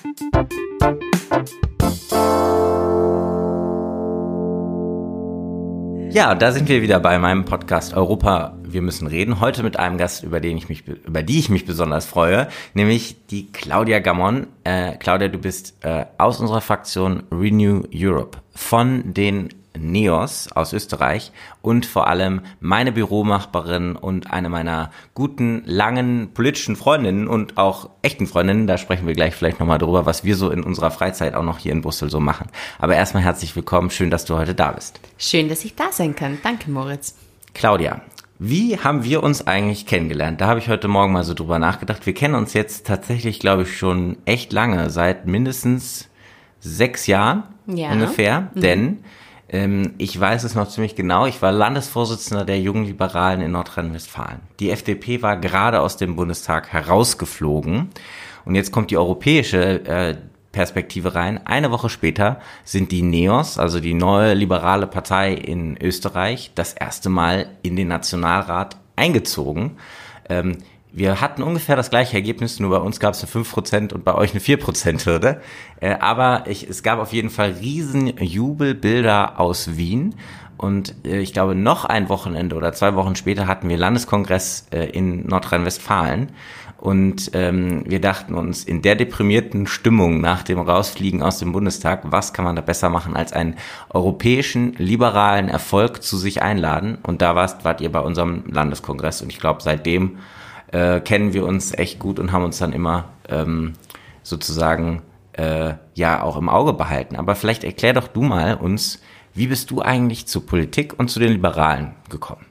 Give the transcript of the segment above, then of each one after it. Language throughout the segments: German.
Ja, da sind wir wieder bei meinem Podcast Europa, wir müssen reden. Heute mit einem Gast, über die ich mich besonders freue, nämlich die Claudia Gammon. Claudia, du bist aus unserer Fraktion Renew Europe von den NEOS aus Österreich und vor allem meine Büromachbarin und eine meiner guten, langen politischen Freundinnen und auch echten Freundinnen. Da sprechen wir gleich vielleicht nochmal drüber, was wir so in unserer Freizeit auch noch hier in Brüssel so machen. Aber erstmal herzlich willkommen, schön, dass du heute da bist. Schön, dass ich da sein kann. Danke, Moritz. Claudia, wie haben wir uns eigentlich kennengelernt? Da habe ich heute Morgen mal so drüber nachgedacht. Wir kennen uns jetzt tatsächlich, glaube ich, schon echt lange, seit mindestens 6 Jahren ungefähr, denn ich weiß es noch ziemlich genau, ich war Landesvorsitzender der Jungen Liberalen in Nordrhein-Westfalen. Die FDP war gerade aus dem Bundestag herausgeflogen und jetzt kommt die europäische Perspektive rein. Eine Woche später sind die NEOS, also die neue liberale Partei in Österreich, das erste Mal in den Nationalrat eingezogen. Wir hatten ungefähr das gleiche Ergebnis, nur bei uns gab es eine 5% und bei euch eine 4%-Hürde. Aber es gab auf jeden Fall riesen Jubelbilder aus Wien. Und ich glaube, noch ein Wochenende oder 2 Wochen später hatten wir Landeskongress in Nordrhein-Westfalen. Und wir dachten uns, in der deprimierten Stimmung nach dem Rausfliegen aus dem Bundestag, was kann man da besser machen, als einen europäischen, liberalen Erfolg zu sich einladen. Und da wart ihr bei unserem Landeskongress. Und ich glaube, seitdem kennen wir uns echt gut und haben uns dann immer sozusagen auch im Auge behalten. Aber vielleicht erklär doch du mal uns, wie bist du eigentlich zur Politik und zu den Liberalen gekommen?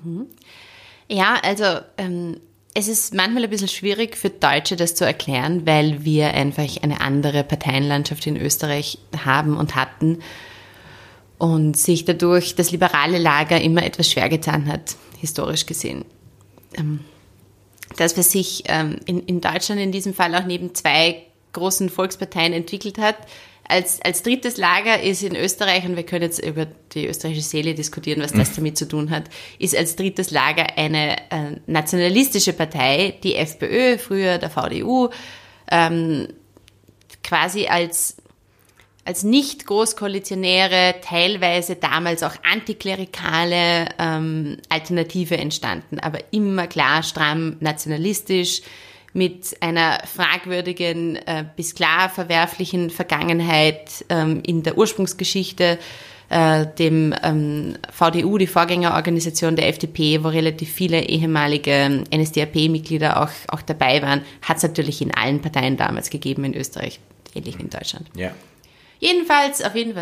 Ja, also es ist manchmal ein bisschen schwierig für Deutsche das zu erklären, weil wir einfach eine andere Parteienlandschaft in Österreich haben und hatten und sich dadurch das liberale Lager immer etwas schwer getan hat, historisch gesehen. Das, was sich in Deutschland in diesem Fall auch neben 2 großen Volksparteien entwickelt hat, als drittes Lager ist in Österreich, und wir können jetzt über die österreichische Seele diskutieren, was das damit zu tun hat, ist als drittes Lager eine nationalistische Partei, die FPÖ, früher der VDU, quasi als nicht großkoalitionäre, teilweise damals auch antiklerikale Alternative entstanden, aber immer klar, stramm, nationalistisch, mit einer fragwürdigen bis klar verwerflichen Vergangenheit in der Ursprungsgeschichte, dem VDU, die Vorgängerorganisation der FDP, wo relativ viele ehemalige NSDAP-Mitglieder auch dabei waren, hat es natürlich in allen Parteien damals gegeben in Österreich, ähnlich wie in Deutschland. Ja. Jedenfalls,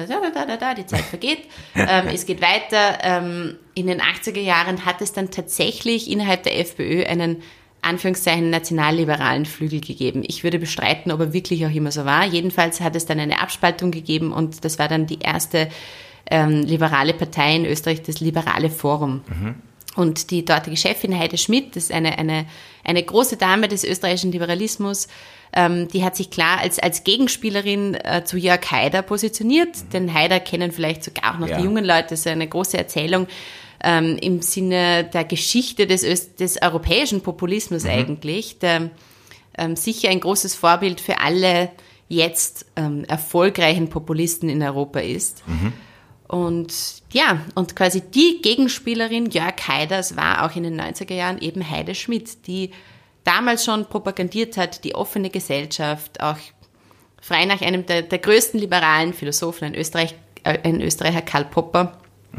die Zeit vergeht, es geht weiter. In den 80er Jahren hat es dann tatsächlich innerhalb der FPÖ einen Anführungszeichen nationalliberalen Flügel gegeben. Ich würde bestreiten, ob er wirklich auch immer so war. Jedenfalls hat es dann eine Abspaltung gegeben und das war dann die erste liberale Partei in Österreich, das Liberale Forum. Und die dortige Chefin Heide Schmidt, das ist eine große Dame des österreichischen Liberalismus, die hat sich klar als Gegenspielerin zu Jörg Haider positioniert. Den Haider kennen vielleicht sogar auch noch die jungen Leute, das ist eine große Erzählung im Sinne der Geschichte des europäischen Populismus eigentlich, der sicher ein großes Vorbild für alle jetzt erfolgreichen Populisten in Europa ist. Und quasi die Gegenspielerin Jörg Haiders war auch in den 90er Jahren eben Heide Schmidt, die damals schon propagandiert hat, die offene Gesellschaft, auch frei nach einem der größten liberalen Philosophen in Österreich, ein Österreicher Karl Popper.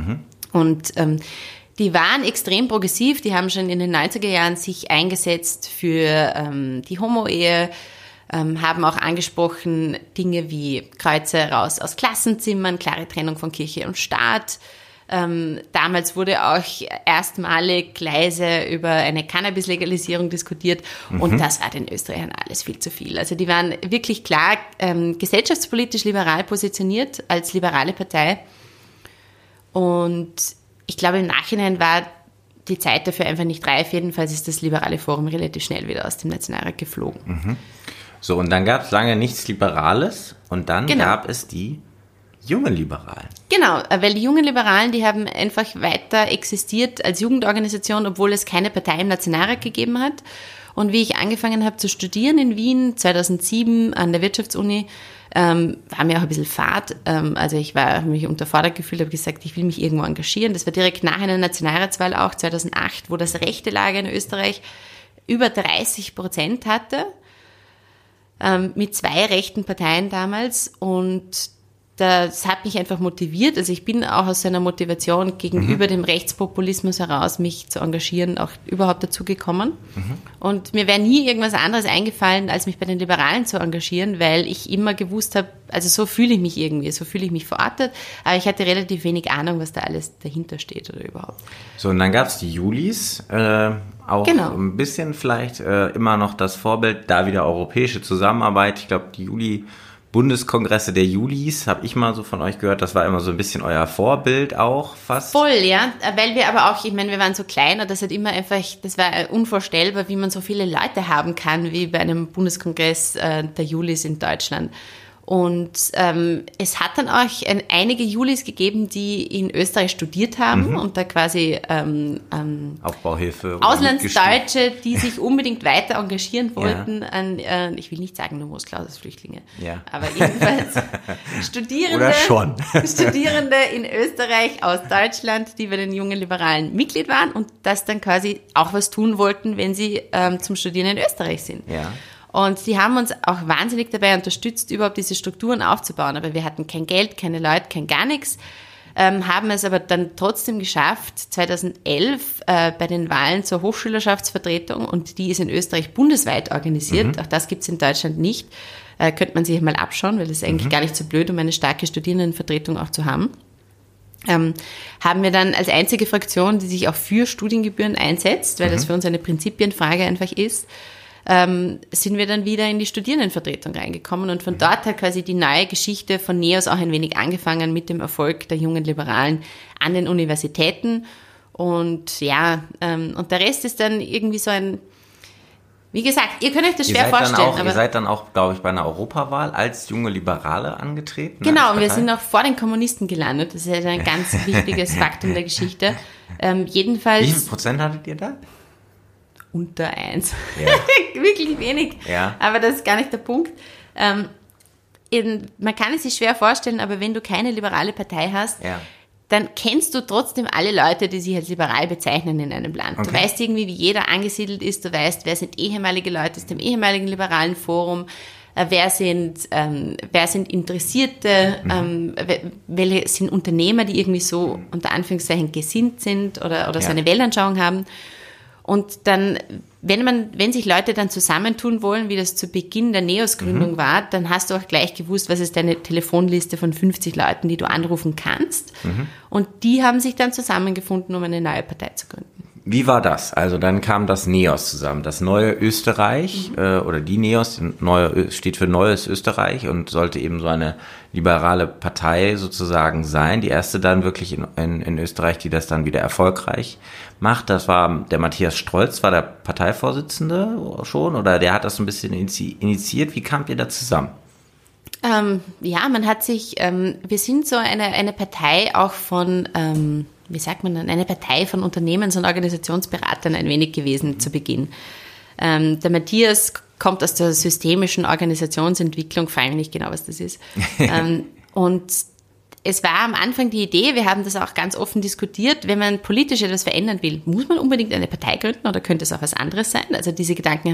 Und die waren extrem progressiv, die haben schon in den 90er Jahren sich eingesetzt für die Homo-Ehe, haben auch angesprochen Dinge wie Kreuze raus aus Klassenzimmern, klare Trennung von Kirche und Staat. Damals wurde auch erstmalig leise über eine Cannabis-Legalisierung diskutiert und das war den Österreichern alles viel zu viel. Also die waren wirklich klar gesellschaftspolitisch liberal positioniert als liberale Partei und ich glaube, im Nachhinein war die Zeit dafür einfach nicht reif. Jedenfalls ist das Liberale Forum relativ schnell wieder aus dem Nationalrat geflogen. So, und dann gab es lange nichts Liberales und dann gab es die jungen Liberalen. Genau, weil die jungen Liberalen, die haben einfach weiter existiert als Jugendorganisation, obwohl es keine Partei im Nationalrat gegeben hat. Und wie ich angefangen habe zu studieren in Wien, 2007 an der Wirtschaftsuni, war mir auch ein bisschen fad. Also ich habe mich unterfordert gefühlt, habe gesagt, ich will mich irgendwo engagieren. Das war direkt nach einer Nationalratswahl auch, 2008, wo das rechte Lager in Österreich über 30% hatte, mit 2 rechten Parteien damals. Und das hat mich einfach motiviert. Also ich bin auch aus einer Motivation gegenüber dem Rechtspopulismus heraus, mich zu engagieren, auch überhaupt dazu gekommen. Und mir wäre nie irgendwas anderes eingefallen, als mich bei den Liberalen zu engagieren, weil ich immer gewusst habe, also so fühle ich mich irgendwie, so fühle ich mich verortet. Aber ich hatte relativ wenig Ahnung, was da alles dahinter steht oder überhaupt. So, und dann gab es die Julis, auch genau. Ein bisschen vielleicht immer noch das Vorbild, da wieder europäische Zusammenarbeit. Ich glaube, die Bundeskongresse der Julis, habe ich mal so von euch gehört, das war immer so ein bisschen euer Vorbild auch fast. Voll, ja, weil wir aber auch, ich meine, wir waren so klein und das hat immer einfach, das war unvorstellbar, wie man so viele Leute haben kann, wie bei einem Bundeskongress der Julis in Deutschland. Und es hat dann auch einige Julis gegeben, die in Österreich studiert haben und da quasi Aufbauhilfe, Auslandsdeutsche, die sich unbedingt weiter engagieren wollten an, ich will nicht sagen Numerus-Clausus-Flüchtlinge, aber jedenfalls Studierende in Österreich aus Deutschland, die bei den jungen Liberalen Mitglied waren und das dann quasi auch was tun wollten, wenn sie zum Studieren in Österreich sind. Ja. Und sie haben uns auch wahnsinnig dabei unterstützt, überhaupt diese Strukturen aufzubauen. Aber wir hatten kein Geld, keine Leute, kein gar nichts, haben es aber dann trotzdem geschafft, 2011 bei den Wahlen zur Hochschülerschaftsvertretung, und die ist in Österreich bundesweit organisiert, auch das gibt es in Deutschland nicht, könnte man sich mal abschauen, weil das ist eigentlich gar nicht so blöd, um eine starke Studierendenvertretung auch zu haben. Haben wir dann als einzige Fraktion, die sich auch für Studiengebühren einsetzt, weil das für uns eine Prinzipienfrage einfach ist, sind wir dann wieder in die Studierendenvertretung reingekommen und von dort hat quasi die neue Geschichte von NEOS auch ein wenig angefangen mit dem Erfolg der jungen Liberalen an den Universitäten und und der Rest ist dann irgendwie so ein, wie gesagt, ihr könnt euch das schwer vorstellen. Ihr seid dann auch, glaube ich, bei einer Europawahl als junge Liberale angetreten. Genau, und wir sind auch vor den Kommunisten gelandet, das ist ein ganz wichtiges Faktum der Geschichte. Jedenfalls. Wie viel Prozent hattet ihr da? Unter 1. Ja. Wirklich wenig. Ja. Aber das ist gar nicht der Punkt. Man kann es sich schwer vorstellen, aber wenn du keine liberale Partei hast, dann kennst du trotzdem alle Leute, die sich als liberal bezeichnen in einem Land. Okay. Du weißt irgendwie, wie jeder angesiedelt ist. Du weißt, wer sind ehemalige Leute aus dem ehemaligen liberalen Forum, wer sind Interessierte, welche sind Unternehmer, die irgendwie so unter Anführungszeichen gesinnt sind oder so eine Weltanschauung haben. Und dann, wenn sich Leute dann zusammentun wollen, wie das zu Beginn der NEOS-Gründung war, dann hast du auch gleich gewusst, was ist deine Telefonliste von 50 Leuten, die du anrufen kannst. Und die haben sich dann zusammengefunden, um eine neue Partei zu gründen. Wie war das? Also dann kam das NEOS zusammen, das neue Österreich, oder die NEOS, steht für Neues Österreich und sollte eben so eine liberale Partei sozusagen sein. Die erste dann wirklich in Österreich, die das dann wieder erfolgreich macht. Das war der Matthias Strolz, war der Parteivorsitzende schon, oder der hat das so ein bisschen initiiert. Wie kamt ihr da zusammen? Man hat sich, wir sind so eine Partei auch von, wie sagt man dann, eine Partei von Unternehmens- und Organisationsberatern ein wenig gewesen zu Beginn. Der Matthias kommt aus der systemischen Organisationsentwicklung, frage mich nicht genau, was das ist. Und es war am Anfang die Idee, wir haben das auch ganz offen diskutiert, wenn man politisch etwas verändern will, muss man unbedingt eine Partei gründen oder könnte es auch was anderes sein? Also diese Gedanken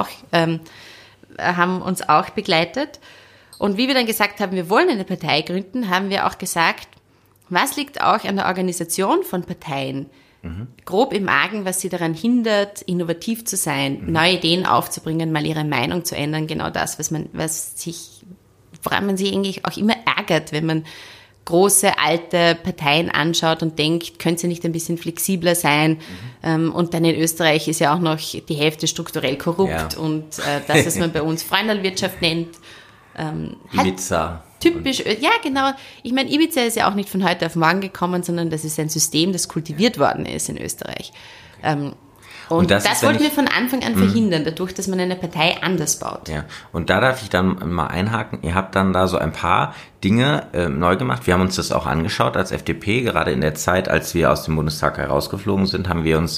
haben uns auch begleitet. Und wie wir dann gesagt haben, wir wollen eine Partei gründen, haben wir auch gesagt, was liegt auch an der Organisation von Parteien? Grob im Magen, was sie daran hindert, innovativ zu sein, neue Ideen aufzubringen, mal ihre Meinung zu ändern. Genau das, woran man sich eigentlich auch immer ärgert, wenn man große, alte Parteien anschaut und denkt, könnte sie nicht ein bisschen flexibler sein? Und dann in Österreich ist ja auch noch die Hälfte strukturell korrupt und das, was man bei uns Freundalwirtschaft nennt. Ibiza. Typisch, ja genau. Ich meine, Ibiza ist ja auch nicht von heute auf morgen gekommen, sondern das ist ein System, das kultiviert worden ist in Österreich. Und das wollten wir von Anfang an verhindern, dadurch, dass man eine Partei anders baut. Ja, und da darf ich dann mal einhaken. Ihr habt dann da so ein paar Dinge neu gemacht. Wir haben uns das auch angeschaut als FDP. Gerade in der Zeit, als wir aus dem Bundestag herausgeflogen sind, haben wir uns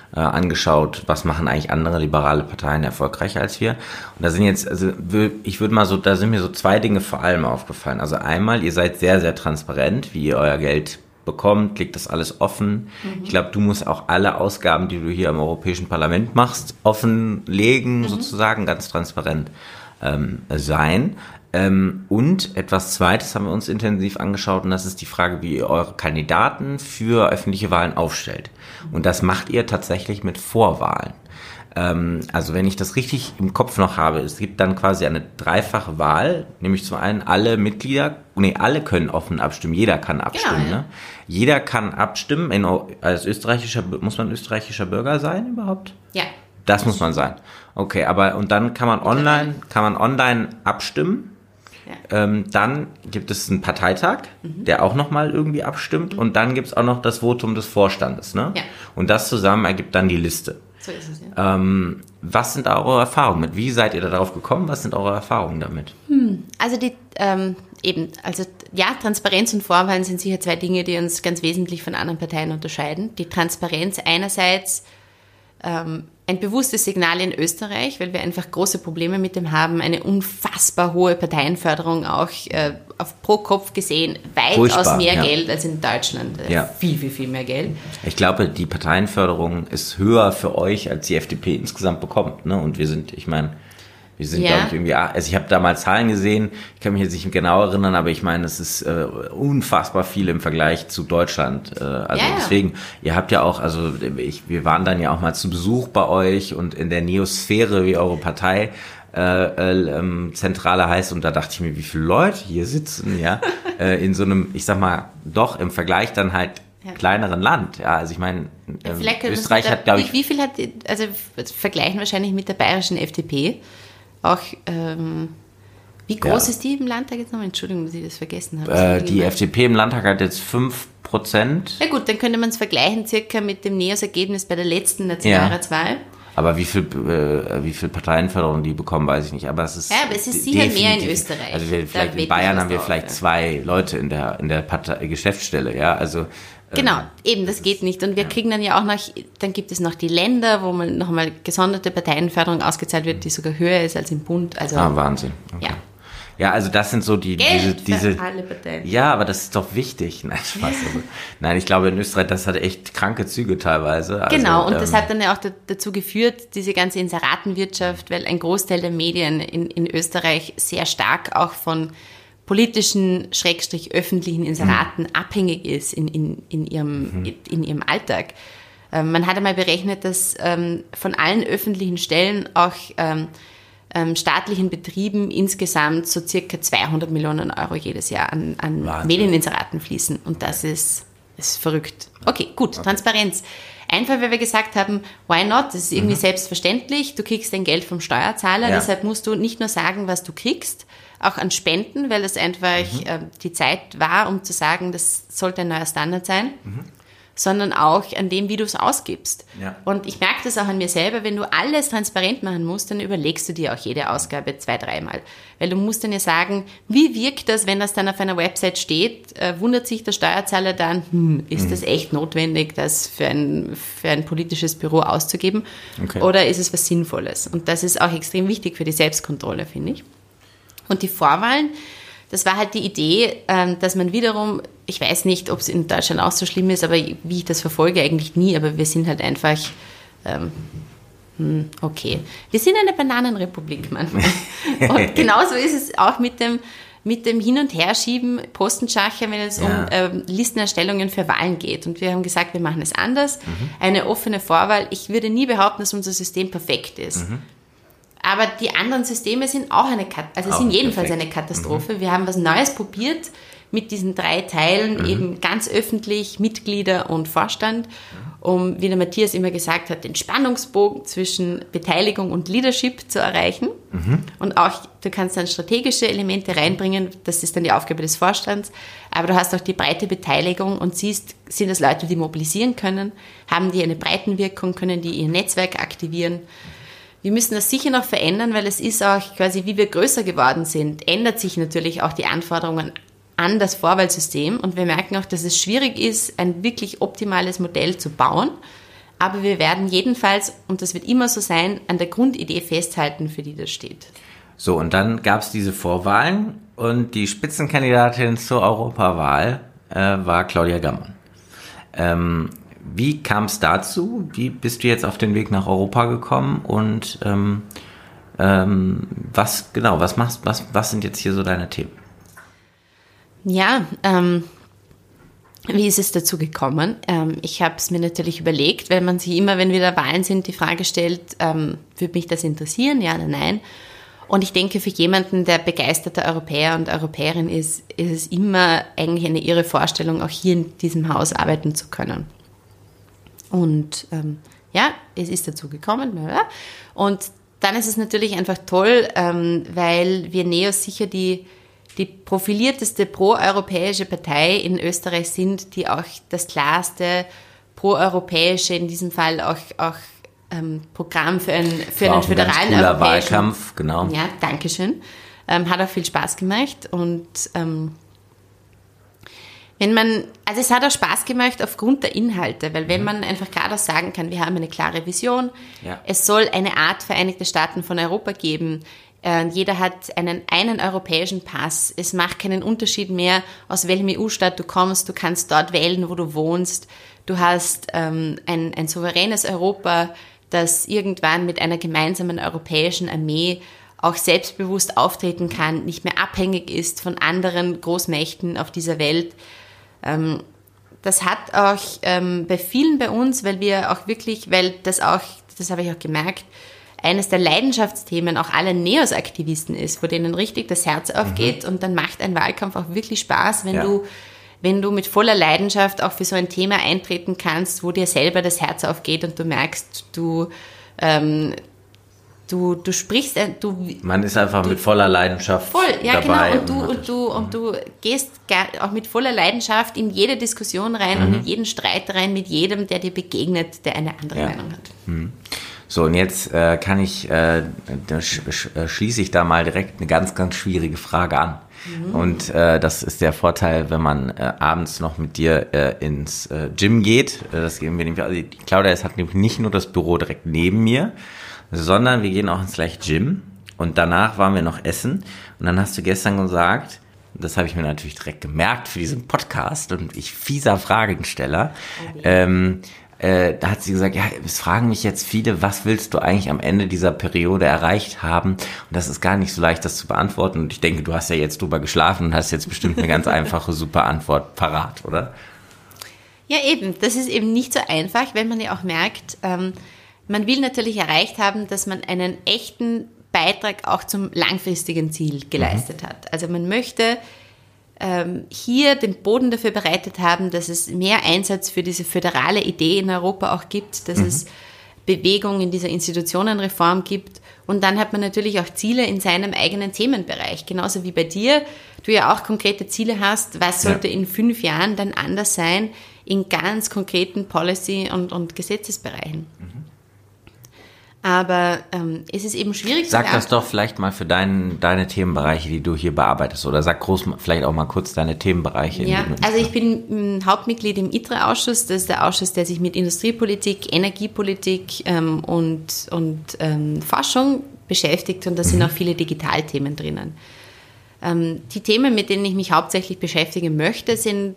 angeschaut, was machen eigentlich andere liberale Parteien erfolgreicher als wir. Und da sind jetzt, also ich würde mal so, da sind mir so zwei Dinge vor allem aufgefallen. Also einmal, ihr seid sehr, sehr transparent, wie ihr euer Geld bekommt, legt das alles offen. Ich glaube, du musst auch alle Ausgaben, die du hier im Europäischen Parlament machst, offenlegen, sozusagen, ganz transparent sein. Und etwas Zweites haben wir uns intensiv angeschaut und das ist die Frage, wie ihr eure Kandidaten für öffentliche Wahlen aufstellt. Und das macht ihr tatsächlich mit Vorwahlen. Also wenn ich das richtig im Kopf noch habe, es gibt dann quasi eine dreifache Wahl, nämlich zum einen alle können offen abstimmen, jeder kann abstimmen. Genau, ja. Ne? Jeder kann abstimmen, muss man österreichischer Bürger sein überhaupt? Ja. Das muss man sein. Okay, und dann kann man online abstimmen. Ja. Dann gibt es einen Parteitag, der auch nochmal irgendwie abstimmt und dann gibt es auch noch das Votum des Vorstandes. Ne? Ja. Und das zusammen ergibt dann die Liste. So ist es, ja. Was sind da eure Erfahrungen mit? Wie seid ihr da drauf gekommen? Was sind eure Erfahrungen damit? Also Transparenz und Vorwahlen sind sicher zwei Dinge, die uns ganz wesentlich von anderen Parteien unterscheiden. Die Transparenz einerseits ein bewusstes Signal in Österreich, weil wir einfach große Probleme mit dem haben, eine unfassbar hohe Parteienförderung auch auf pro Kopf gesehen, weitaus mehr Geld als in Deutschland. Viel, viel, viel mehr Geld. Ich glaube, die Parteienförderung ist höher für euch, als die FDP insgesamt bekommt. Ne? Und wir sind, glaube ich, irgendwie, also ich habe da mal Zahlen gesehen, ich kann mich jetzt nicht genau erinnern, aber ich meine, es ist unfassbar viel im Vergleich zu Deutschland. Deswegen, ihr habt ja auch, wir waren dann ja auch mal zu Besuch bei euch und in der Neosphäre, wie eure Partei Zentrale heißt, und da dachte ich mir, wie viele Leute hier sitzen, in so einem, ich sag mal, doch im Vergleich dann halt kleineren Land. Ja, also ich meine, Österreich hat, glaube ich... Wie viel vergleichen wahrscheinlich mit der bayerischen FDP. Auch, wie groß ist die im Landtag jetzt noch? Entschuldigung, dass ich das vergessen habe. Die FDP im Landtag hat jetzt 5%. Na gut, dann könnte man es vergleichen circa mit dem NEOS-Ergebnis bei der letzten Nationalratswahl. Aber wie viel Parteienförderung die bekommen, weiß ich nicht. Aber es ist sicher mehr in Österreich. Also vielleicht in Bayern haben wir vielleicht 2 Leute in der Geschäftsstelle. Ja, also genau, eben, das geht nicht. Und wir kriegen dann ja auch dann gibt es noch die Länder, wo man nochmal gesonderte Parteienförderung ausgezahlt wird, die sogar höher ist als im Bund. Also, Wahnsinn. Okay. Ja, also das sind so diese für alle Parteien. Ja, aber das ist doch wichtig. Nein, Spaß. Nein, ich glaube in Österreich, das hat echt kranke Züge teilweise. Genau, und das hat dann ja auch dazu geführt, diese ganze Inseratenwirtschaft, weil ein Großteil der Medien in Österreich sehr stark auch von politischen, öffentlichen Inseraten abhängig ist in ihrem Alltag. Man hat einmal berechnet, dass von allen öffentlichen Stellen auch staatlichen Betrieben insgesamt so circa 200 Millionen Euro jedes Jahr an Medieninseraten fließen. Und das ist verrückt. Okay, gut, Transparenz. Einfach, weil wir gesagt haben, why not? Das ist irgendwie selbstverständlich. Du kriegst dein Geld vom Steuerzahler, deshalb musst du nicht nur sagen, was du kriegst, auch an Spenden, weil das einfach die Zeit war, um zu sagen, das sollte ein neuer Standard sein, sondern auch an dem, wie du es ausgibst. Ja. Und ich merke das auch an mir selber, wenn du alles transparent machen musst, dann überlegst du dir auch jede Ausgabe 2-3 Mal. Weil du musst dann ja sagen, wie wirkt das, wenn das dann auf einer Website steht, wundert sich der Steuerzahler dann, ist das echt notwendig, das für ein politisches Büro auszugeben? Okay. Oder ist es was Sinnvolles? Und das ist auch extrem wichtig für die Selbstkontrolle, finde ich. Und die Vorwahlen, das war halt die Idee, dass man wiederum, ich weiß nicht, ob es in Deutschland auch so schlimm ist, aber wie ich das verfolge, eigentlich nie, aber wir sind halt einfach, okay. Wir sind eine Bananenrepublik manchmal. Und genauso ist es auch mit dem Hin- und Herschieben, Postenschacher, wenn es um Listenerstellungen für Wahlen geht. Und wir haben gesagt, wir machen es anders. Eine offene Vorwahl. Ich würde nie behaupten, dass unser System perfekt ist. Aber die anderen Systeme sind auch sind jedenfalls eine Katastrophe. Wir haben was Neues probiert mit diesen 3 Teilen, eben ganz öffentlich, Mitglieder und Vorstand, um, wie der Matthias immer gesagt hat, den Spannungsbogen zwischen Beteiligung und Leadership zu erreichen. Und auch, du kannst dann strategische Elemente reinbringen, das ist dann die Aufgabe des Vorstands, aber du hast auch die breite Beteiligung und siehst, sind das Leute, die mobilisieren können, haben die eine Breitenwirkung, können die ihr Netzwerk aktivieren. Wir müssen das sicher noch verändern, weil es ist auch quasi, wie wir größer geworden sind, ändert sich natürlich auch die Anforderungen an das Vorwahlsystem. Und wir merken auch, dass es schwierig ist, ein wirklich optimales Modell zu bauen. Aber wir werden jedenfalls, und das wird immer so sein, an der Grundidee festhalten, für die das steht. So, und dann gab es diese Vorwahlen und die Spitzenkandidatin zur Europawahl war Claudia Gammann. Wie kam es dazu? Wie bist du jetzt auf den Weg nach Europa gekommen und was sind jetzt hier so deine Themen? Ja, wie ist es dazu gekommen? Ich habe es mir natürlich überlegt, weil man sich immer, wenn wieder Wahlen sind, die Frage stellt, würde mich das interessieren, ja oder nein? Und ich denke, für jemanden, der begeisterter Europäer und Europäerin ist es immer eigentlich eine irre Vorstellung, auch hier in diesem Haus arbeiten zu können. Und es ist dazu gekommen. Und dann ist es natürlich einfach toll, weil wir NEOS sicher die profilierteste proeuropäische Partei in Österreich sind, die auch das klarste proeuropäische, in diesem Fall auch Programm für einen föderalen europäischen Wahlkampf, genau. Ja, danke schön. Hat auch viel Spaß gemacht und es hat auch Spaß gemacht aufgrund der Inhalte, weil wenn man einfach geradeaus sagen kann, wir haben eine klare Vision, es soll eine Art Vereinigte Staaten von Europa geben, jeder hat einen europäischen Pass, es macht keinen Unterschied mehr, aus welchem EU-Staat du kommst, du kannst dort wählen, wo du wohnst, du hast ein souveränes Europa, das irgendwann mit einer gemeinsamen europäischen Armee auch selbstbewusst auftreten kann, nicht mehr abhängig ist von anderen Großmächten auf dieser Welt. Das hat auch bei vielen bei uns, weil wir auch wirklich, das habe ich auch gemerkt, eines der Leidenschaftsthemen auch aller NEOS-Aktivisten ist, wo denen richtig das Herz aufgeht und dann macht ein Wahlkampf auch wirklich Spaß, wenn du mit voller Leidenschaft auch für so ein Thema eintreten kannst, wo dir selber das Herz aufgeht und du merkst, du sprichst, man ist einfach mit voller Leidenschaft dabei. Genau, und du gehst auch mit voller Leidenschaft in jede Diskussion rein und in jeden Streit rein mit jedem, der dir begegnet, der eine andere Meinung hat. So, und jetzt schließe ich da mal direkt eine ganz, ganz schwierige Frage an. Und das ist der Vorteil, wenn man abends noch mit dir ins Gym geht. Das gehen wir nämlich, also die Claudia hat nämlich nicht nur das Büro direkt neben mir, sondern wir gehen auch ins gleiche Gym. Und danach waren wir noch essen. Und dann hast du gestern gesagt, das habe ich mir natürlich direkt gemerkt für diesen Podcast und ich fieser Fragensteller, da hat sie gesagt, ja, es fragen mich jetzt viele, was willst du eigentlich am Ende dieser Periode erreicht haben? Und das ist gar nicht so leicht, das zu beantworten. Und ich denke, du hast ja jetzt drüber geschlafen und hast jetzt bestimmt eine ganz einfache, super Antwort parat, oder? Ja, eben. Das ist eben nicht so einfach, wenn man ja auch merkt, man will natürlich erreicht haben, dass man einen echten Beitrag auch zum langfristigen Ziel geleistet hat. Also man möchte hier den Boden dafür bereitet haben, dass es mehr Einsatz für diese föderale Idee in Europa auch gibt, dass es Bewegung in dieser Institutionenreform gibt. Und dann hat man natürlich auch Ziele in seinem eigenen Themenbereich. Genauso wie bei dir, du ja auch konkrete Ziele hast, was sollte in 5 Jahren dann anders sein in ganz konkreten Policy- und Gesetzesbereichen. Aber es ist eben schwierig. Sag das doch vielleicht mal für deine Themenbereiche, die du hier bearbeitest. Oder sag vielleicht auch mal kurz deine Themenbereiche. Ja, also ich bin Hauptmitglied im ITRE-Ausschuss. Das ist der Ausschuss, der sich mit Industriepolitik, Energiepolitik und Forschung beschäftigt. Und da sind auch viele Digitalthemen drinnen. Die Themen, mit denen ich mich hauptsächlich beschäftigen möchte, sind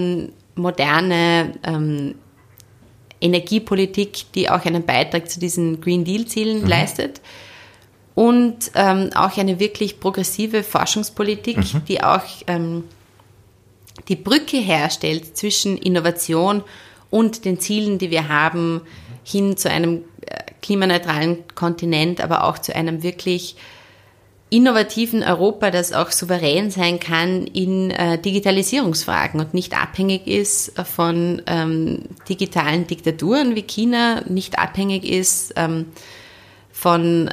moderne Energiepolitik, die auch einen Beitrag zu diesen Green Deal-Zielen leistet und auch eine wirklich progressive Forschungspolitik, die auch die Brücke herstellt zwischen Innovation und den Zielen, die wir haben, hin zu einem klimaneutralen Kontinent, aber auch zu einem wirklich innovativen Europa, das auch souverän sein kann in Digitalisierungsfragen und nicht abhängig ist von digitalen Diktaturen wie China, nicht abhängig ist von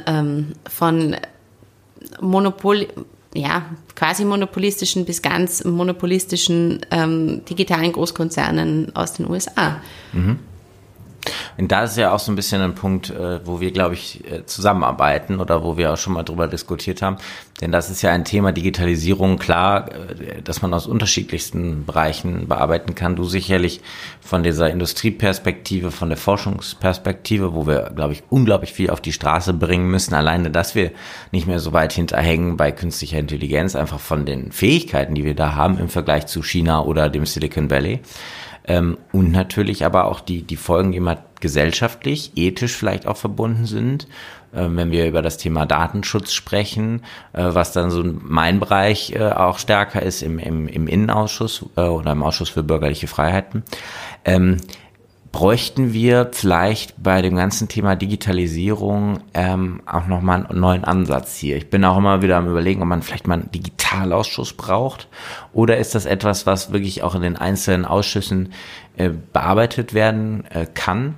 quasi monopolistischen bis ganz monopolistischen digitalen Großkonzernen aus den USA. Und da ist ja auch so ein bisschen ein Punkt, wo wir, glaube ich, zusammenarbeiten oder wo wir auch schon mal drüber diskutiert haben. Denn das ist ja ein Thema Digitalisierung, klar, dass man aus unterschiedlichsten Bereichen bearbeiten kann. Du sicherlich von dieser Industrieperspektive, von der Forschungsperspektive, wo wir, glaube ich, unglaublich viel auf die Straße bringen müssen. Alleine, dass wir nicht mehr so weit hinterhängen bei künstlicher Intelligenz, einfach von den Fähigkeiten, die wir da haben im Vergleich zu China oder dem Silicon Valley. Und natürlich aber auch die Folgen, die mal gesellschaftlich, ethisch vielleicht auch verbunden sind, wenn wir über das Thema Datenschutz sprechen, was dann so mein Bereich auch stärker ist im Innenausschuss oder im Ausschuss für bürgerliche Freiheiten. Bräuchten wir vielleicht bei dem ganzen Thema Digitalisierung auch nochmal einen neuen Ansatz hier. Ich bin auch immer wieder am Überlegen, ob man vielleicht mal einen Digitalausschuss braucht oder ist das etwas, was wirklich auch in den einzelnen Ausschüssen bearbeitet werden kann,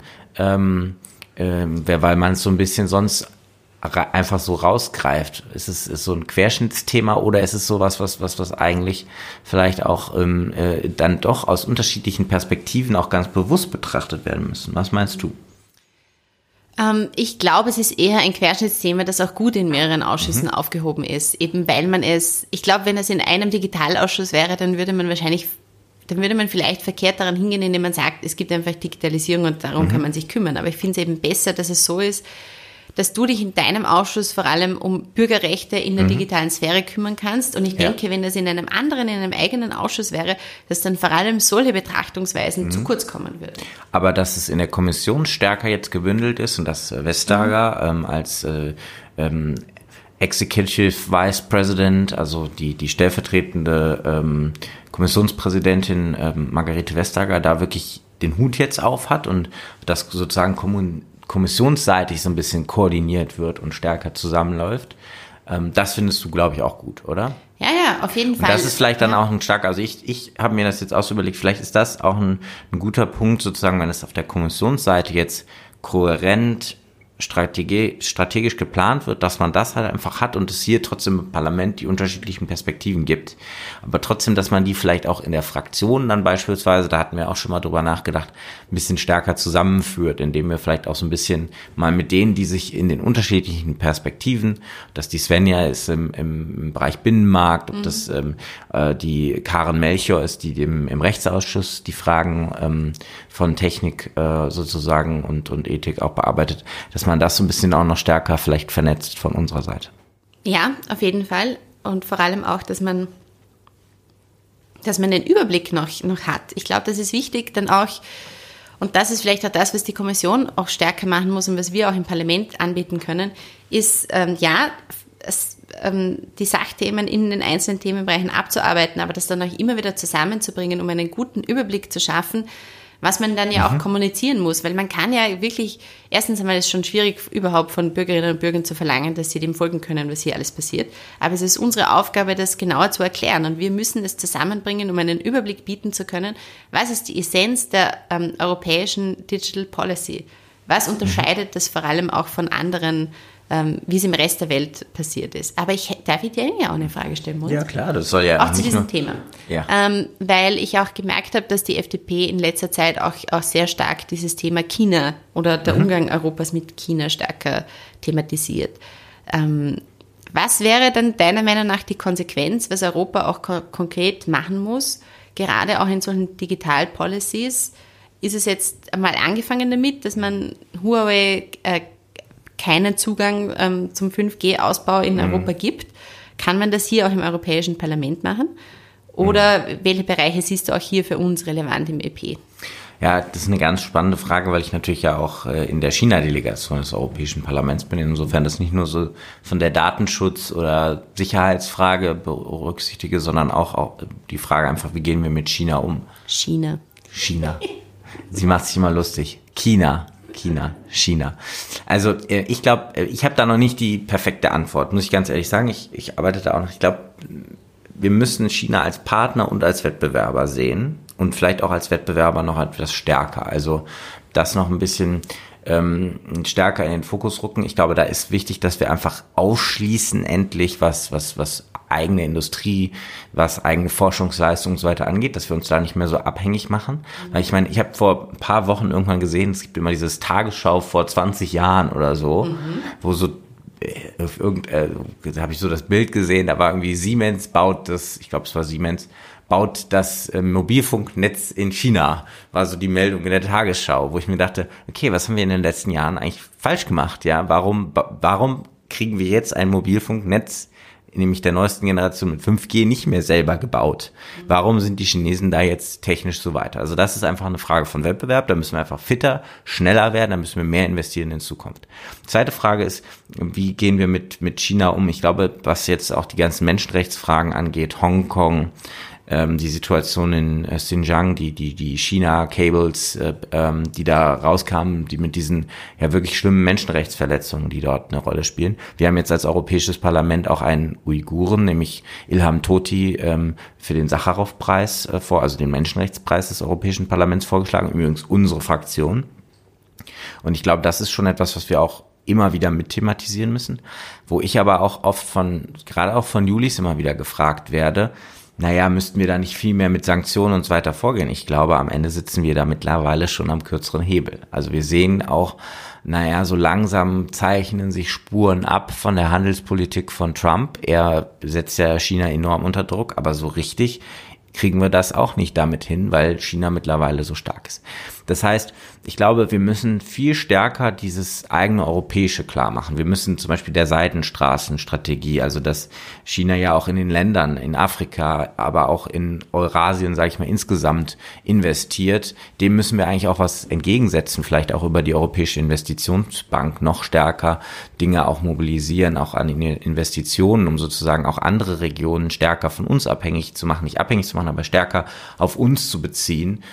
weil man es so ein bisschen sonst einfach so rausgreift. Ist es so ein Querschnittsthema oder ist es sowas, was eigentlich vielleicht auch dann doch aus unterschiedlichen Perspektiven auch ganz bewusst betrachtet werden müssen? Was meinst du? Ich glaube, es ist eher ein Querschnittsthema, das auch gut in mehreren Ausschüssen aufgehoben ist. Eben weil man ich glaube, wenn es in einem Digitalausschuss wäre, dann würde man vielleicht verkehrt daran hingehen, indem man sagt, es gibt einfach Digitalisierung und darum kann man sich kümmern. Aber ich finde es eben besser, dass es so ist, dass du dich in deinem Ausschuss vor allem um Bürgerrechte in der digitalen Sphäre kümmern kannst. Und ich denke, wenn das in einem eigenen Ausschuss wäre, dass dann vor allem solche Betrachtungsweisen zu kurz kommen würden. Aber dass es in der Kommission stärker jetzt gebündelt ist und dass Vestager als Executive Vice President, also die stellvertretende Kommissionspräsidentin Margarete Vestager da wirklich den Hut jetzt auf hat und das sozusagen kommissionsseitig so ein bisschen koordiniert wird und stärker zusammenläuft. Das findest du, glaube ich, auch gut, oder? Ja, auf jeden Fall. Und das ist vielleicht dann auch ein starker, also ich habe mir das jetzt auch so überlegt, vielleicht ist das auch ein guter Punkt sozusagen, wenn es auf der Kommissionsseite jetzt kohärent strategisch geplant wird, dass man das halt einfach hat und es hier trotzdem im Parlament die unterschiedlichen Perspektiven gibt. Aber trotzdem, dass man die vielleicht auch in der Fraktion dann beispielsweise, da hatten wir auch schon mal drüber nachgedacht, ein bisschen stärker zusammenführt, indem wir vielleicht auch so ein bisschen mal mit denen, die sich in den unterschiedlichen Perspektiven, dass die Svenja ist im Bereich Binnenmarkt, ob das die Karen Melchior ist, die im Rechtsausschuss die Fragen von Technik sozusagen und Ethik auch bearbeitet, dass man das so ein bisschen auch noch stärker vielleicht vernetzt von unserer Seite. Ja, auf jeden Fall. Und vor allem auch, dass man den Überblick noch hat. Ich glaube, das ist wichtig, dann auch, und das ist vielleicht auch das, was die Kommission auch stärker machen muss und was wir auch im Parlament anbieten können, ist, die Sachthemen in den einzelnen Themenbereichen abzuarbeiten, aber das dann auch immer wieder zusammenzubringen, um einen guten Überblick zu schaffen, was man dann ja auch kommunizieren muss, weil man kann ja wirklich, erstens einmal ist es schon schwierig, überhaupt von Bürgerinnen und Bürgern zu verlangen, dass sie dem folgen können, was hier alles passiert, aber es ist unsere Aufgabe, das genauer zu erklären und wir müssen es zusammenbringen, um einen Überblick bieten zu können, was ist die Essenz der europäischen Digital Policy, was unterscheidet das vor allem auch von anderen, wie es im Rest der Welt passiert ist. Aber darf ich dir ja auch eine Frage stellen, Mund? Ja, klar, das soll ja auch zu diesem Thema. Ja. Weil ich auch gemerkt habe, dass die FDP in letzter Zeit auch sehr stark dieses Thema China oder der Umgang Europas mit China stärker thematisiert. Was wäre dann deiner Meinung nach die Konsequenz, was Europa auch konkret machen muss, gerade auch in solchen Digital-Policies? Ist es jetzt einmal angefangen damit, dass man Huawei keinen Zugang zum 5G-Ausbau in Europa gibt? Kann man das hier auch im Europäischen Parlament machen? Oder welche Bereiche siehst du auch hier für uns relevant im EP? Ja, das ist eine ganz spannende Frage, weil ich natürlich ja auch in der China-Delegation des Europäischen Parlaments bin. Insofern das nicht nur so von der Datenschutz- oder Sicherheitsfrage berücksichtige, sondern auch die Frage einfach, wie gehen wir mit China um? China. Sie macht sich immer lustig. China. Also ich glaube, ich habe da noch nicht die perfekte Antwort, muss ich ganz ehrlich sagen. Ich arbeite da auch noch. Ich glaube, wir müssen China als Partner und als Wettbewerber sehen und vielleicht auch als Wettbewerber noch etwas stärker. Also das noch ein bisschen stärker in den Fokus rücken. Ich glaube, da ist wichtig, dass wir einfach ausschließen endlich, was eigene Industrie, was eigene Forschungsleistung und so weiter angeht, dass wir uns da nicht mehr so abhängig machen. Weil ich meine, ich habe vor ein paar Wochen irgendwann gesehen, es gibt immer dieses Tagesschau vor 20 Jahren oder so, wo so da habe ich so das Bild gesehen, da war irgendwie Siemens baut das Mobilfunknetz in China, war so die Meldung in der Tagesschau, wo ich mir dachte, okay, was haben wir in den letzten Jahren eigentlich falsch gemacht, ja? Warum kriegen wir jetzt ein Mobilfunknetz, nämlich der neuesten Generation mit 5G, nicht mehr selber gebaut? Warum sind die Chinesen da jetzt technisch so weiter? Also das ist einfach eine Frage von Wettbewerb, da müssen wir einfach fitter, schneller werden, da müssen wir mehr investieren in Zukunft. Zweite Frage ist, wie gehen wir mit China um? Ich glaube, was jetzt auch die ganzen Menschenrechtsfragen angeht, Hongkong, die Situation in Xinjiang, die China-Cables, die da rauskamen, die mit diesen ja wirklich schlimmen Menschenrechtsverletzungen, die dort eine Rolle spielen. Wir haben jetzt als Europäisches Parlament auch einen Uiguren, nämlich Ilham Tohti, für den Sacharow-Preis also den Menschenrechtspreis des Europäischen Parlaments vorgeschlagen, übrigens unsere Fraktion. Und ich glaube, das ist schon etwas, was wir auch immer wieder mit thematisieren müssen, wo ich aber auch oft gerade auch von Julis immer wieder gefragt werde, naja, müssten wir da nicht viel mehr mit Sanktionen und so weiter vorgehen? Ich glaube, am Ende sitzen wir da mittlerweile schon am kürzeren Hebel. Also wir sehen auch, so langsam zeichnen sich Spuren ab von der Handelspolitik von Trump. Er setzt ja China enorm unter Druck, aber so richtig kriegen wir das auch nicht damit hin, weil China mittlerweile so stark ist. Das heißt, ich glaube, wir müssen viel stärker dieses eigene Europäische klar machen. Wir müssen zum Beispiel der Seidenstraßenstrategie, also dass China ja auch in den Ländern, in Afrika, aber auch in Eurasien, sage ich mal, insgesamt investiert, dem müssen wir eigentlich auch was entgegensetzen, vielleicht auch über die Europäische Investitionsbank noch stärker Dinge auch mobilisieren, auch an Investitionen, um sozusagen auch andere Regionen stärker von uns abhängig zu machen, nicht abhängig zu machen, aber stärker auf uns zu beziehen,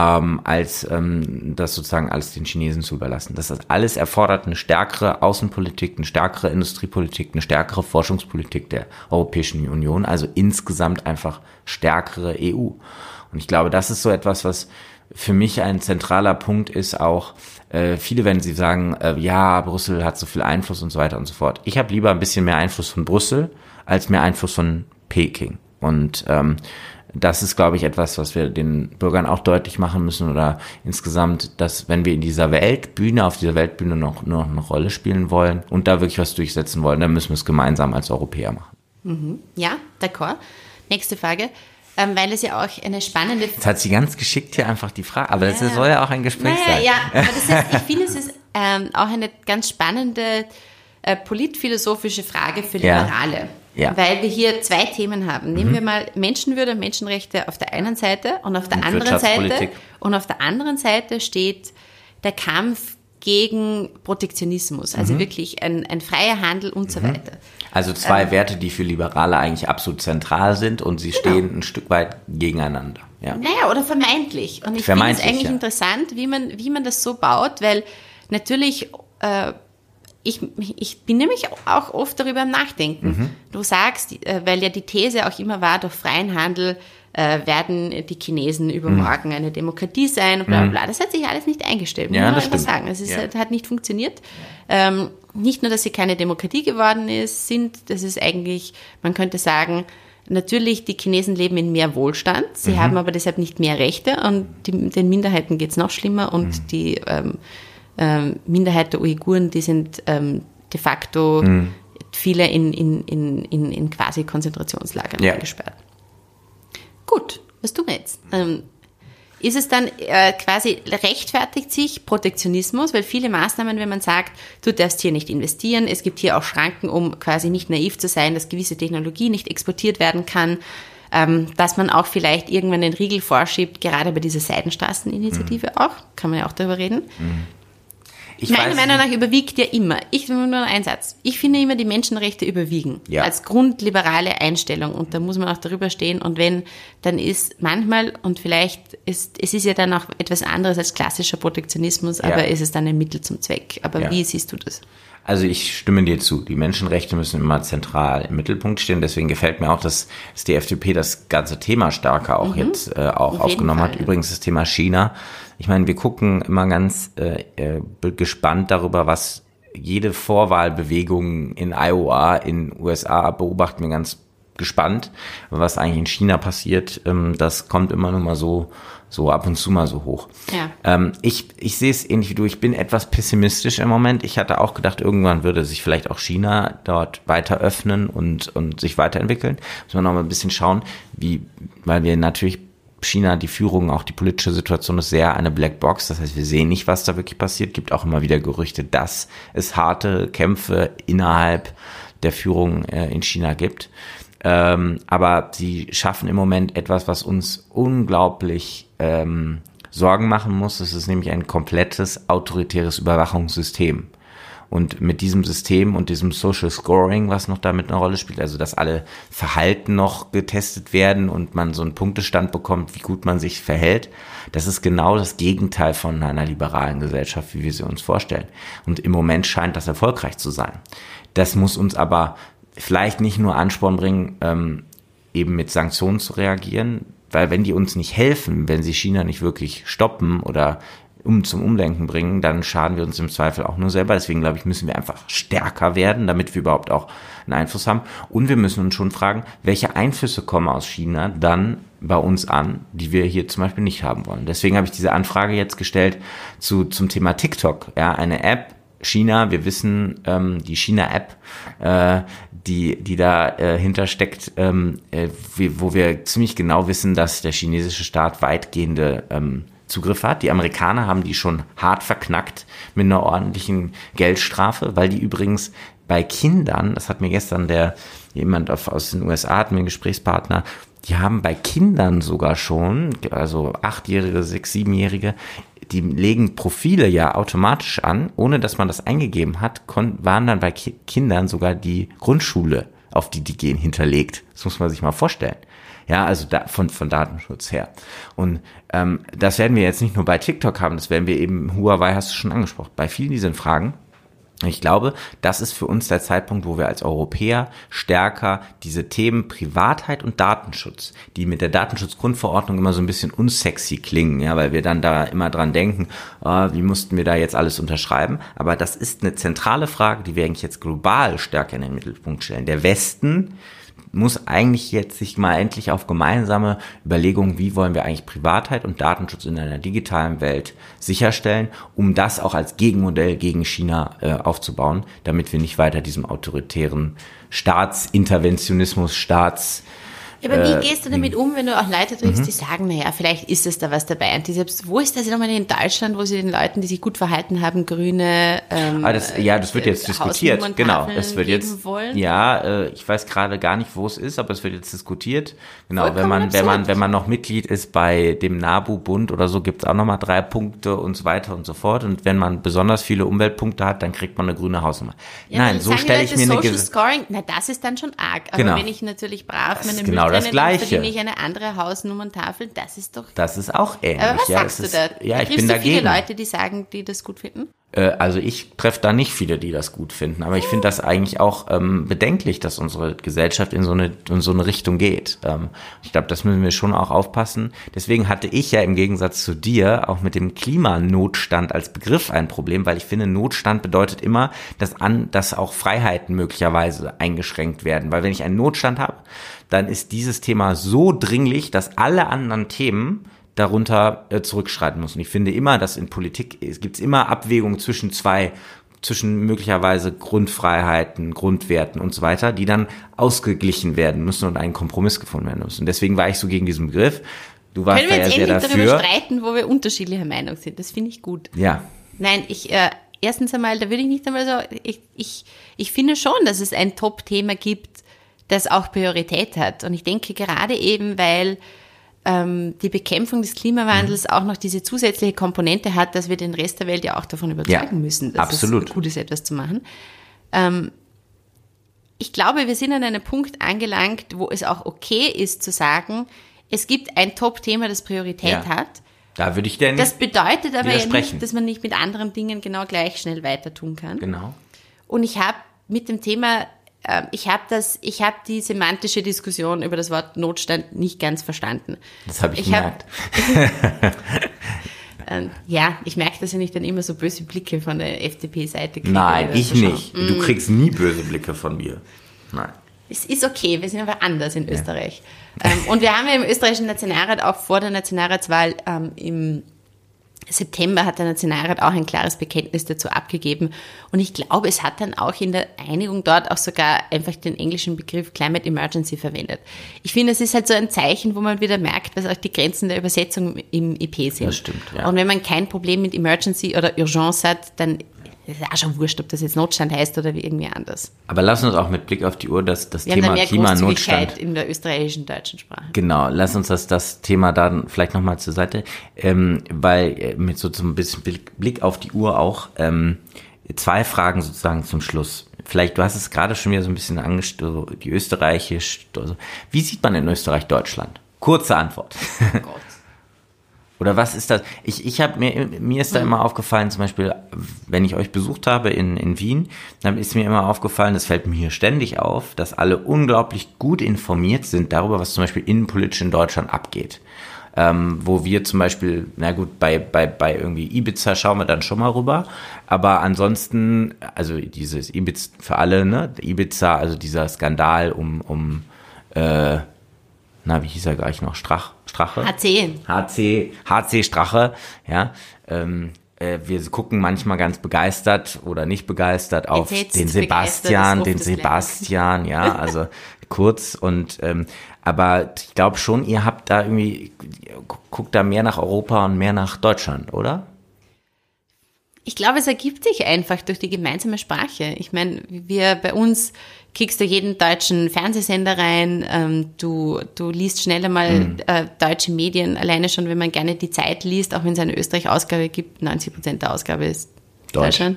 als das sozusagen alles den Chinesen zu überlassen. Das alles erfordert eine stärkere Außenpolitik, eine stärkere Industriepolitik, eine stärkere Forschungspolitik der Europäischen Union, also insgesamt einfach stärkere EU. Und ich glaube, das ist so etwas, was für mich ein zentraler Punkt ist, auch viele werden sie sagen, ja, Brüssel hat so viel Einfluss und so weiter und so fort. Ich habe lieber ein bisschen mehr Einfluss von Brüssel als mehr Einfluss von Peking. Und das ist, glaube ich, etwas, was wir den Bürgern auch deutlich machen müssen oder insgesamt, dass wenn wir in dieser auf dieser Weltbühne noch eine Rolle spielen wollen und da wirklich was durchsetzen wollen, dann müssen wir es gemeinsam als Europäer machen. Mhm. Ja, d'accord. Nächste Frage. Weil es ja auch eine spannende... Jetzt hat sie ganz geschickt hier einfach die Frage, aber das soll ja auch ein Gespräch sein. Ja, aber ich finde, es ist auch eine ganz spannende politphilosophische Frage für Liberale. Ja. Weil wir hier zwei Themen haben. Nehmen wir mal Menschenwürde und Menschenrechte auf der einen Seite und auf der anderen Seite steht der Kampf gegen Protektionismus, also wirklich ein freier Handel und so weiter. Also zwei Werte, die für Liberale eigentlich absolut zentral sind und sie stehen ein Stück weit gegeneinander. Ja. Naja, oder vermeintlich. Und ich finde es eigentlich interessant, wie man das so baut, weil natürlich... Ich bin nämlich auch oft darüber am Nachdenken. Du sagst, weil ja die These auch immer war, durch freien Handel werden die Chinesen übermorgen eine Demokratie sein und bla bla bla. Das hat sich alles nicht eingestellt, muss man einfach sagen. Es hat nicht funktioniert. Nicht nur, dass sie keine Demokratie geworden sind, das ist eigentlich, man könnte sagen, natürlich, die Chinesen leben in mehr Wohlstand, sie haben aber deshalb nicht mehr Rechte und den Minderheiten geht's noch schlimmer und die Minderheit der Uiguren, die sind de facto viele in quasi Konzentrationslagern eingesperrt. Gut, was tun wir jetzt? Ist es dann quasi, rechtfertigt sich Protektionismus, weil viele Maßnahmen, wenn man sagt, du darfst hier nicht investieren, es gibt hier auch Schranken, um quasi nicht naiv zu sein, dass gewisse Technologie nicht exportiert werden kann, dass man auch vielleicht irgendwann den Riegel vorschiebt, gerade bei dieser Seidenstraßeninitiative auch, kann man ja auch darüber reden. Meiner Meinung nach überwiegt ja immer. Ich will nur einen Satz. Ich finde immer, die Menschenrechte überwiegen. Ja. Als grundliberale Einstellung. Und da muss man auch darüber stehen. Und wenn, dann ist manchmal, und vielleicht es ist ja dann auch etwas anderes als klassischer Protektionismus, aber ist es dann ein Mittel zum Zweck. Aber wie siehst du das? Also ich stimme dir zu. Die Menschenrechte müssen immer zentral im Mittelpunkt stehen. Deswegen gefällt mir auch, dass die FDP das ganze Thema stärker auch jetzt auch aufgenommen hat. Übrigens das Thema China. Ich meine, wir gucken immer ganz gespannt darüber, was jede Vorwahlbewegung in Iowa in USA beobachten wir ganz gespannt, was eigentlich in China passiert. Das kommt immer nur mal so ab und zu mal so hoch. Ja. Ich sehe es ähnlich wie du. Ich bin etwas pessimistisch im Moment. Ich hatte auch gedacht, irgendwann würde sich vielleicht auch China dort weiter öffnen und sich weiterentwickeln. Muss man noch mal ein bisschen schauen, weil wir natürlich China, die Führung, auch die politische Situation ist sehr eine Blackbox. Das heißt, wir sehen nicht, was da wirklich passiert. Gibt auch immer wieder Gerüchte, dass es harte Kämpfe innerhalb der Führung in China gibt. Aber sie schaffen im Moment etwas, was uns unglaublich Sorgen machen muss. Es ist nämlich ein komplettes autoritäres Überwachungssystem. Und mit diesem System und diesem Social Scoring, was noch damit eine Rolle spielt, also dass alle Verhalten noch getestet werden und man so einen Punktestand bekommt, wie gut man sich verhält, das ist genau das Gegenteil von einer liberalen Gesellschaft, wie wir sie uns vorstellen. Und im Moment scheint das erfolgreich zu sein. Das muss uns aber vielleicht nicht nur Ansporn bringen, eben mit Sanktionen zu reagieren, weil wenn die uns nicht helfen, wenn sie China nicht wirklich stoppen oder zum Umdenken bringen, dann schaden wir uns im Zweifel auch nur selber. Deswegen, glaube ich, müssen wir einfach stärker werden, damit wir überhaupt auch einen Einfluss haben. Und wir müssen uns schon fragen, welche Einflüsse kommen aus China dann bei uns an, die wir hier zum Beispiel nicht haben wollen. Deswegen habe ich diese Anfrage jetzt gestellt zum Thema TikTok. Ja, eine App, China, wir wissen, die China-App, die da hintersteckt, wo wir ziemlich genau wissen, dass der chinesische Staat weitgehende Zugriff hat. Die Amerikaner haben die schon hart verknackt mit einer ordentlichen Geldstrafe, weil die übrigens bei Kindern, das hat mir gestern jemand aus den USA, hat mir einen Gesprächspartner, die haben bei Kindern sogar schon, also 8-Jährige, 6-, 7-Jährige, die legen Profile ja automatisch an, ohne dass man das eingegeben hat, waren dann bei Kindern sogar die Grundschule, auf die gehen, hinterlegt. Das muss man sich mal vorstellen. Ja, also von Datenschutz her. Und das werden wir jetzt nicht nur bei TikTok haben, das werden wir eben, Huawei hast du schon angesprochen, bei vielen dieser Fragen. Ich glaube, das ist für uns der Zeitpunkt, wo wir als Europäer stärker diese Themen Privatheit und Datenschutz, die mit der Datenschutzgrundverordnung immer so ein bisschen unsexy klingen, ja, weil wir dann da immer dran denken, wie mussten wir da jetzt alles unterschreiben? Aber das ist eine zentrale Frage, die wir eigentlich jetzt global stärker in den Mittelpunkt stellen. Der Westen muss eigentlich jetzt sich mal endlich auf gemeinsame Überlegungen, wie wollen wir eigentlich Privatheit und Datenschutz in einer digitalen Welt sicherstellen, um das auch als Gegenmodell gegen China aufzubauen, damit wir nicht weiter diesem autoritären Staatsinterventionismus, aber wie gehst du damit um, wenn du auch Leute triffst, die sagen, naja, vielleicht ist es da was dabei. Und wo ist das nochmal in Deutschland, wo sie den Leuten, die sich gut verhalten haben, grüne das wird jetzt diskutiert. Genau, es wird jetzt wollen? Ja, ich weiß gerade gar nicht, wo es ist, aber es wird jetzt diskutiert. Genau, wenn man noch Mitglied ist bei dem NABU-Bund oder so, gibt's auch nochmal 3 Punkte und so weiter und so fort. Und wenn man besonders viele Umweltpunkte hat, dann kriegt man eine grüne Hausnummer. Ja, nein, so stelle ich mir Social Scoring, na, das ist dann schon arg. Aber wenn ich natürlich brav meine genau das Gleiche. Verdiene ich eine andere Hausnummerntafel, das ist doch... Das ist auch ähnlich. Aber was sagst du da? Ja, ich bin dagegen. Viele Leute, die sagen, die das gut finden? Also ich treffe da nicht viele, die das gut finden, aber ich finde das eigentlich auch bedenklich, dass unsere Gesellschaft in so eine Richtung geht. Ich glaube, das müssen wir schon auch aufpassen. Deswegen hatte ich ja im Gegensatz zu dir auch mit dem Klimanotstand als Begriff ein Problem, weil ich finde, Notstand bedeutet immer, dass auch Freiheiten möglicherweise eingeschränkt werden. Weil wenn ich einen Notstand habe, dann ist dieses Thema so dringlich, dass alle anderen Themen darunter zurückschreiten muss. Und ich finde immer, dass in Politik gibt es immer Abwägungen zwischen möglicherweise Grundfreiheiten, Grundwerten und so weiter, die dann ausgeglichen werden müssen und ein Kompromiss gefunden werden muss. Und deswegen war ich so gegen diesen Begriff. Du warst da ja sehr dafür. Können wir jetzt endlich darüber streiten, wo wir unterschiedlicher Meinung sind? Das finde ich gut. Ja. Nein, erstens einmal, da würde ich nicht einmal so, ich finde schon, dass es ein Top-Thema gibt, das auch Priorität hat. Und ich denke gerade eben, weil die Bekämpfung des Klimawandels auch noch diese zusätzliche Komponente hat, dass wir den Rest der Welt ja auch davon überzeugen müssen, dass es gut ist, etwas zu machen. Ich glaube, wir sind an einem Punkt angelangt, wo es auch okay ist zu sagen, es gibt ein Top-Thema, das Priorität hat. Da würde ich dir nicht Das bedeutet aber ja nicht, dass man nicht mit anderen Dingen genau gleich schnell weiter tun kann. Genau. Und ich habe mit dem Thema ich habe die semantische Diskussion über das Wort Notstand nicht ganz verstanden. Das habe ich gemerkt. Ja, ich merke, dass ich dann immer so böse Blicke von der FDP-Seite kriege. Nein, ich nicht. Du kriegst nie böse Blicke von mir. Nein. Es ist okay, wir sind aber anders in Österreich. Und wir haben ja im österreichischen Nationalrat auch vor der Nationalratswahl im September hat der Nationalrat auch ein klares Bekenntnis dazu abgegeben. Und ich glaube, es hat dann auch in der Einigung dort auch sogar einfach den englischen Begriff Climate Emergency verwendet. Ich finde, es ist halt so ein Zeichen, wo man wieder merkt, was auch die Grenzen der Übersetzung im EP sind. Das stimmt, ja. Und wenn man kein Problem mit Emergency oder Urgence hat, dann ist es auch schon wurscht, ob das jetzt Notstand heißt oder wie irgendwie anders. Aber lass uns auch mit Blick auf die Uhr das Wir Thema haben da mehr Klimanotstand. Großzügigkeit in der österreichischen deutschen Sprache. Genau, lass uns das Thema dann vielleicht nochmal zur Seite, weil mit so ein bisschen Blick auf die Uhr auch 2 Fragen sozusagen zum Schluss. Vielleicht, du hast es gerade schon wieder so ein bisschen angestoßen, die österreichisch, also, wie sieht man in Österreich Deutschland? Kurze Antwort. Oh Gott. Oder was ist das? Mir ist da immer aufgefallen, zum Beispiel, wenn ich euch besucht habe in Wien, dann ist mir immer aufgefallen, das fällt mir hier ständig auf, dass alle unglaublich gut informiert sind darüber, was zum Beispiel innenpolitisch in Deutschland abgeht. Wo wir zum Beispiel, na gut, bei irgendwie Ibiza schauen wir dann schon mal rüber, aber ansonsten, also dieses Ibiza für alle, ne, Ibiza, also dieser Skandal um wie hieß er gleich noch? Strache? HC Strache, ja. Wir gucken manchmal ganz begeistert oder nicht begeistert auf den Sebastian, ja, also Kurz und, aber ich glaube schon, ihr habt da irgendwie, guckt da mehr nach Europa und mehr nach Deutschland, oder? Ich glaube, es ergibt sich einfach durch die gemeinsame Sprache. Ich meine, bei uns kriegst du jeden deutschen Fernsehsender rein, du liest schneller mal deutsche Medien, alleine schon, wenn man gerne die Zeit liest, auch wenn es eine Österreich-Ausgabe gibt, 90% der Ausgabe ist Deutschland.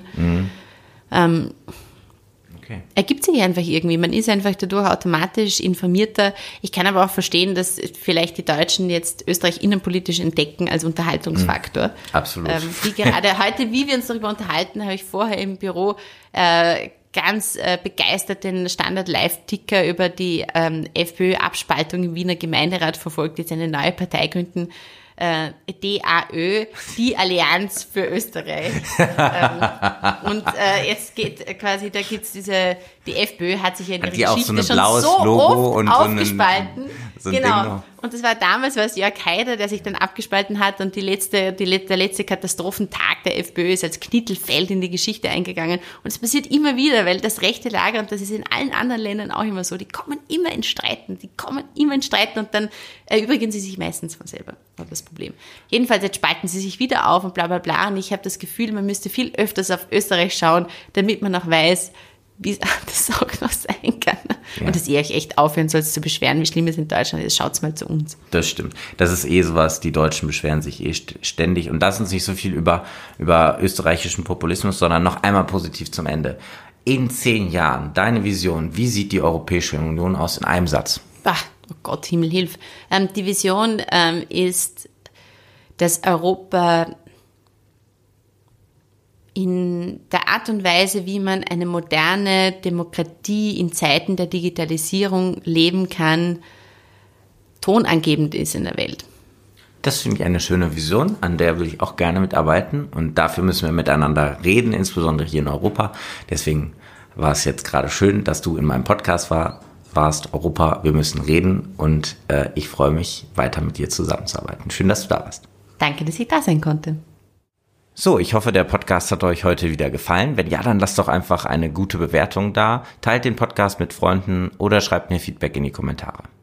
Okay. Ergibt sich einfach irgendwie. Man ist einfach dadurch automatisch informierter. Ich kann aber auch verstehen, dass vielleicht die Deutschen jetzt Österreich innenpolitisch entdecken als Unterhaltungsfaktor. Absolut. Wie gerade heute, wie wir uns darüber unterhalten, habe ich vorher im Büro ganz begeistert den Standard-Live-Ticker über die FPÖ-Abspaltung im Wiener Gemeinderat verfolgt, jetzt eine neue Partei gründen. DAÖ, die Allianz für Österreich. Und jetzt geht quasi, da gibt's die FPÖ hat sich ja in der Geschichte schon so Logo oft aufgespalten. So genau. Und das war damals, war es Jörg Haider, der sich dann abgespalten hat und der letzte Katastrophentag der FPÖ ist als Knittelfeld in die Geschichte eingegangen. Und es passiert immer wieder, weil das rechte Lager, und das ist in allen anderen Ländern auch immer so, die kommen immer in Streiten und dann erübrigen sie sich meistens von selber. War das Problem. Jedenfalls, jetzt spalten sie sich wieder auf und bla bla bla. Und ich habe das Gefühl, man müsste viel öfters auf Österreich schauen, damit man auch weiß, wie das auch noch sein kann. Ja. Und dass ihr euch echt aufhören sollt zu beschweren, wie schlimm es in Deutschland ist. Schaut's mal zu uns. Das stimmt. Das ist sowas, die Deutschen beschweren sich ständig und lassen uns nicht so viel über österreichischen Populismus, sondern noch einmal positiv zum Ende. In 10 Jahren, deine Vision, wie sieht die Europäische Union aus in einem Satz? Oh Gott, Himmel, hilf. Die Vision ist, dass Europa in der Art und Weise, wie man eine moderne Demokratie in Zeiten der Digitalisierung leben kann, tonangebend ist in der Welt. Das finde ich eine schöne Vision, an der will ich auch gerne mitarbeiten und dafür müssen wir miteinander reden, insbesondere hier in Europa. Deswegen war es jetzt gerade schön, dass du in meinem Podcast warst, Europa, wir müssen reden und ich freue mich, weiter mit dir zusammenzuarbeiten. Schön, dass du da warst. Danke, dass ich da sein konnte. So, ich hoffe, der Podcast hat euch heute wieder gefallen. Wenn ja, dann lasst doch einfach eine gute Bewertung da, teilt den Podcast mit Freunden oder schreibt mir Feedback in die Kommentare.